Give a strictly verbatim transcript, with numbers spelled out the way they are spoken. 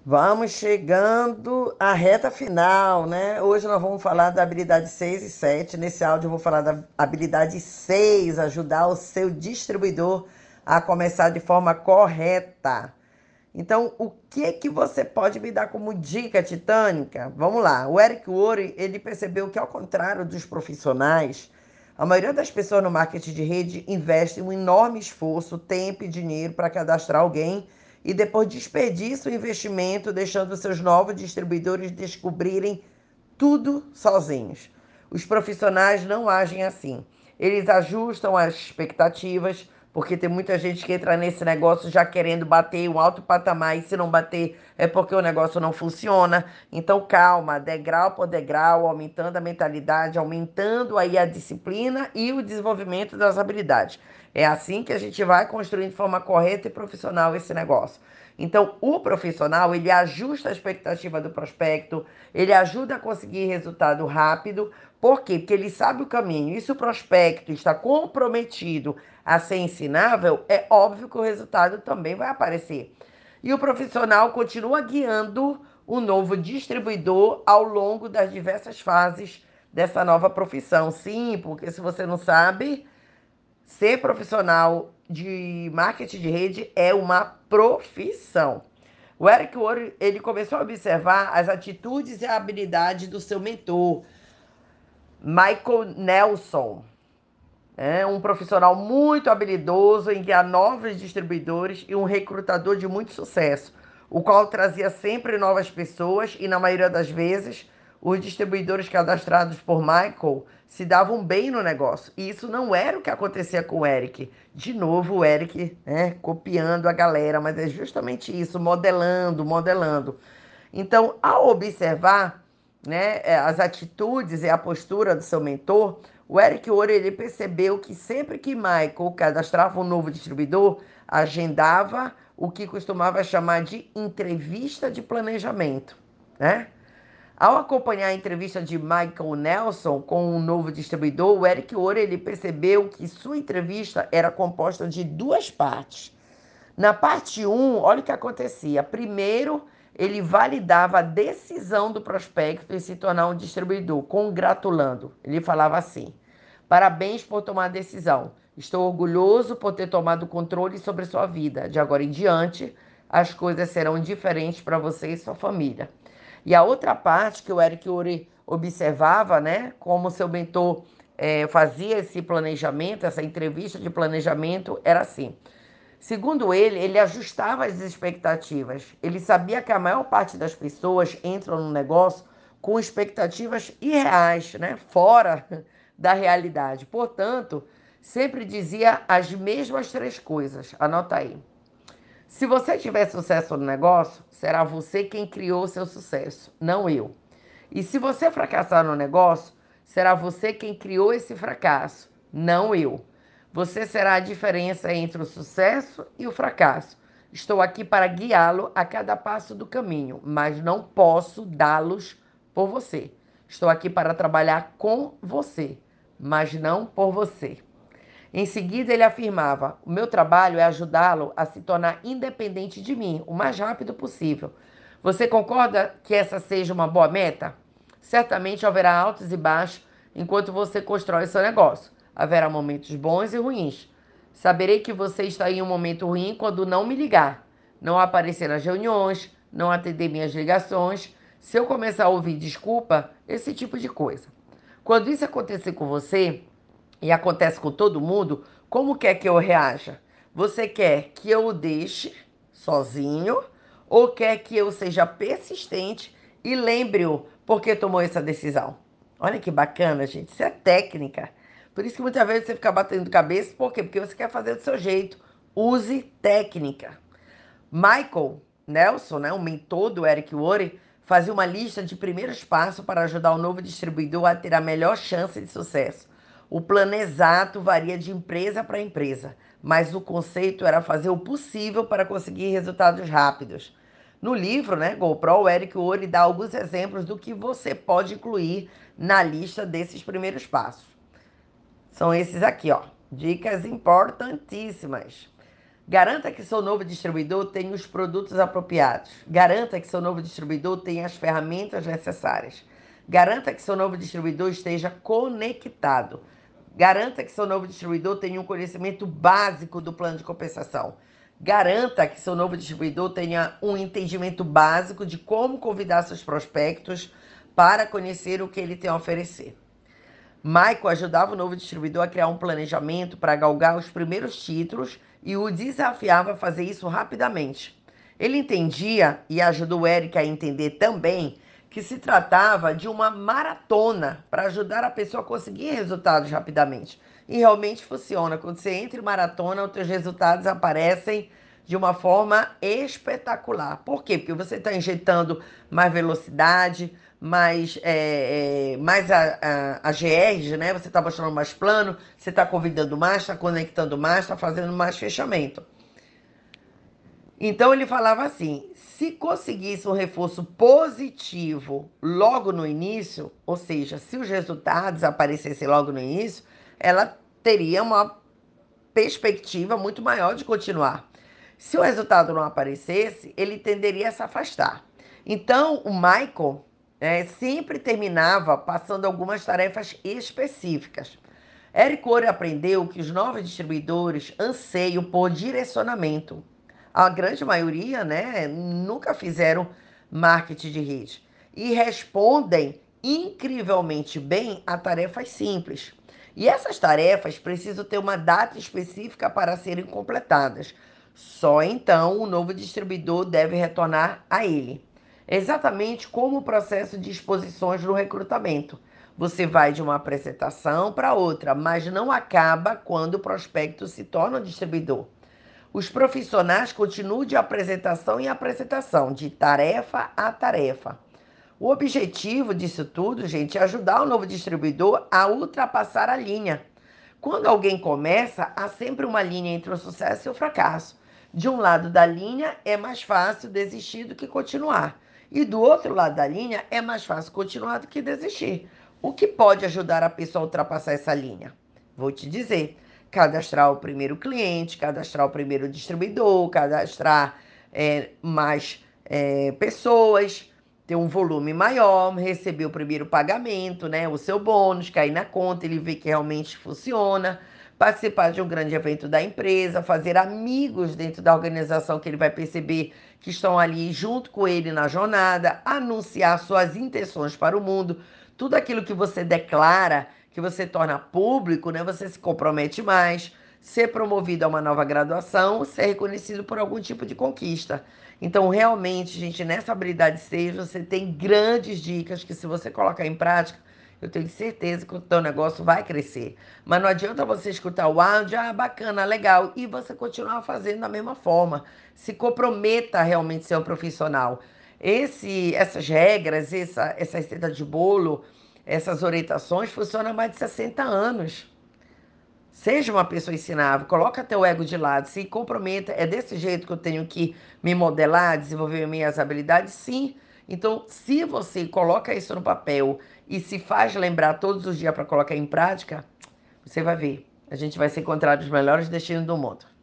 Vamos chegando à reta final, né? Hoje nós vamos falar da habilidade seis e sete. Nesse áudio eu vou falar da habilidade seis, ajudar o seu distribuidor a começar de forma correta. Então, o que que você pode me dar como dica titânica? Vamos lá. O Eric Worre, ele percebeu que, ao contrário dos profissionais, a maioria das pessoas no marketing de rede investe um enorme esforço, tempo e dinheiro para cadastrar alguém e depois desperdiça o investimento, deixando seus novos distribuidores descobrirem tudo sozinhos. Os profissionais não agem assim. Eles ajustam as expectativas, porque tem muita gente que entra nesse negócio já querendo bater um alto patamar, e se não bater é porque o negócio não funciona. Então, calma, degrau por degrau, aumentando a mentalidade, aumentando aí a disciplina e o desenvolvimento das habilidades. É assim que a gente vai construindo de forma correta e profissional esse negócio. Então, o profissional, ele ajusta a expectativa do prospecto, ele ajuda a conseguir resultado rápido. Por quê? Porque ele sabe o caminho. E se o prospecto está comprometido a ser ensinável, é óbvio que o resultado também vai aparecer. E o profissional continua guiando o novo distribuidor ao longo das diversas fases dessa nova profissão. Sim, porque se você não sabe, ser profissional de marketing de rede é uma profissão. O Eric Worre, ele começou a observar as atitudes e a habilidade do seu mentor, Michael Nelson. É um profissional muito habilidoso em guiar novos distribuidores e um recrutador de muito sucesso, o qual trazia sempre novas pessoas e, na maioria das vezes, os distribuidores cadastrados por Michael se davam bem no negócio. E isso não era o que acontecia com o Eric. De novo, o Eric, né, copiando a galera, mas é justamente isso, modelando, modelando. Então, ao observar, né, é, as atitudes e a postura do seu mentor, o Eric Worre, ele percebeu que sempre que Michael cadastrava um novo distribuidor, agendava o que costumava chamar de entrevista de planejamento, né? Ao acompanhar a entrevista de Michael Nelson com um novo distribuidor, o Eric Worre, ele percebeu que sua entrevista era composta de duas partes. Na parte um, olha o que acontecia. Primeiro, ele validava a decisão do prospecto em se tornar um distribuidor, congratulando. Ele falava assim: parabéns por tomar a decisão. Estou orgulhoso por ter tomado o controle sobre sua vida. De agora em diante, as coisas serão diferentes para você e sua família. E a outra parte que o Eric Worre observava, né, como seu mentor eh, fazia esse planejamento, essa entrevista de planejamento, era assim. Segundo ele, ele ajustava as expectativas. Ele sabia que a maior parte das pessoas entram no negócio com expectativas irreais, né? Fora da realidade. Portanto, sempre dizia as mesmas três coisas. Anota aí. Se você tiver sucesso no negócio, será você quem criou seu sucesso, não eu. E se você fracassar no negócio, será você quem criou esse fracasso, não eu. Você será a diferença entre o sucesso e o fracasso. Estou aqui para guiá-lo a cada passo do caminho, mas não posso dá-los por você. Estou aqui para trabalhar com você, mas não por você. Em seguida, ele afirmava: o meu trabalho é ajudá-lo a se tornar independente de mim o mais rápido possível. Você concorda que essa seja uma boa meta? Certamente haverá altos e baixos enquanto você constrói seu negócio. Haverá momentos bons e ruins. Saberei que você está em um momento ruim quando não me ligar, não aparecer nas reuniões, não atender minhas ligações. Se eu começar a ouvir desculpa, esse tipo de coisa. Quando isso acontecer com você, e acontece com todo mundo, como quer que eu reaja? Você quer que eu o deixe sozinho ou quer que eu seja persistente e lembre-o porque tomou essa decisão? Olha que bacana, gente. Isso é técnica. Por isso que muitas vezes você fica batendo cabeça. Por quê? Porque você quer fazer do seu jeito. Use técnica. Michael Nelson, né, o mentor do Eric Worre, fazia uma lista de primeiros passos para ajudar o novo distribuidor a ter a melhor chance de sucesso. O plano exato varia de empresa para empresa, mas o conceito era fazer o possível para conseguir resultados rápidos. No livro, né, GoPro, o Eric Worre dá alguns exemplos do que você pode incluir na lista desses primeiros passos. São esses aqui, ó. Dicas importantíssimas. Garanta que seu novo distribuidor tenha os produtos apropriados. Garanta que seu novo distribuidor tenha as ferramentas necessárias. Garanta que seu novo distribuidor esteja conectado. Garanta que seu novo distribuidor tenha um conhecimento básico do plano de compensação. Garanta que seu novo distribuidor tenha um entendimento básico de como convidar seus prospectos para conhecer o que ele tem a oferecer. Michael ajudava o novo distribuidor a criar um planejamento para galgar os primeiros títulos e o desafiava a fazer isso rapidamente. Ele entendia, e ajudou o Eric a entender também, que se tratava de uma maratona para ajudar a pessoa a conseguir resultados rapidamente. E realmente funciona. Quando você entra em maratona, os seus resultados aparecem de uma forma espetacular. Por quê? Porque você está injetando mais velocidade, mais, é, é, mais a, a, a G Rs, né? Você está mostrando mais plano, você está convidando mais, está conectando mais, está fazendo mais fechamento. Então ele falava assim, se conseguisse um reforço positivo logo no início, ou seja, se os resultados aparecessem logo no início, ela teria uma perspectiva muito maior de continuar. Se o resultado não aparecesse, ele tenderia a se afastar. Então, o Michael é, sempre terminava passando algumas tarefas específicas. Eric Worre aprendeu que os novos distribuidores anseiam por direcionamento. A grande maioria, né, nunca fizeram marketing de rede e respondem incrivelmente bem a tarefas simples. E essas tarefas precisam ter uma data específica para serem completadas. Só então o novo distribuidor deve retornar a ele. É exatamente como o processo de exposições no recrutamento. Você vai de uma apresentação para outra, mas não acaba quando o prospecto se torna um distribuidor. Os profissionais continuam de apresentação em apresentação, de tarefa a tarefa. O objetivo disso tudo, gente, é ajudar o novo distribuidor a ultrapassar a linha. Quando alguém começa, há sempre uma linha entre o sucesso e o fracasso. De um lado da linha, é mais fácil desistir do que continuar. E do outro lado da linha, é mais fácil continuar do que desistir. O que pode ajudar a pessoa a ultrapassar essa linha? Vou te dizer. Cadastrar o primeiro cliente, cadastrar o primeiro distribuidor, cadastrar é, mais é, pessoas, ter um volume maior, receber o primeiro pagamento, né, o seu bônus, cair na conta, ele vê que realmente funciona, participar de um grande evento da empresa, fazer amigos dentro da organização que ele vai perceber que estão ali junto com ele na jornada, anunciar suas intenções para o mundo, tudo aquilo que você declara, que você torna público, né, você se compromete mais, ser promovido a uma nova graduação, ser reconhecido por algum tipo de conquista. Então, realmente, gente, nessa habilidade seis, você tem grandes dicas que, se você colocar em prática, eu tenho certeza que o teu negócio vai crescer. Mas não adianta você escutar o áudio, ah, bacana, legal, e você continuar fazendo da mesma forma. Se comprometa a realmente ser um profissional. Esse, essas regras, essa, essa receita de bolo, essas orientações funcionam há mais de sessenta anos. Seja uma pessoa ensinável, coloca teu ego de lado, se comprometa. É desse jeito que eu tenho que me modelar, desenvolver minhas habilidades? Sim. Então, se você coloca isso no papel e se faz lembrar todos os dias para colocar em prática, você vai ver. A gente vai se encontrar nos melhores destinos do mundo.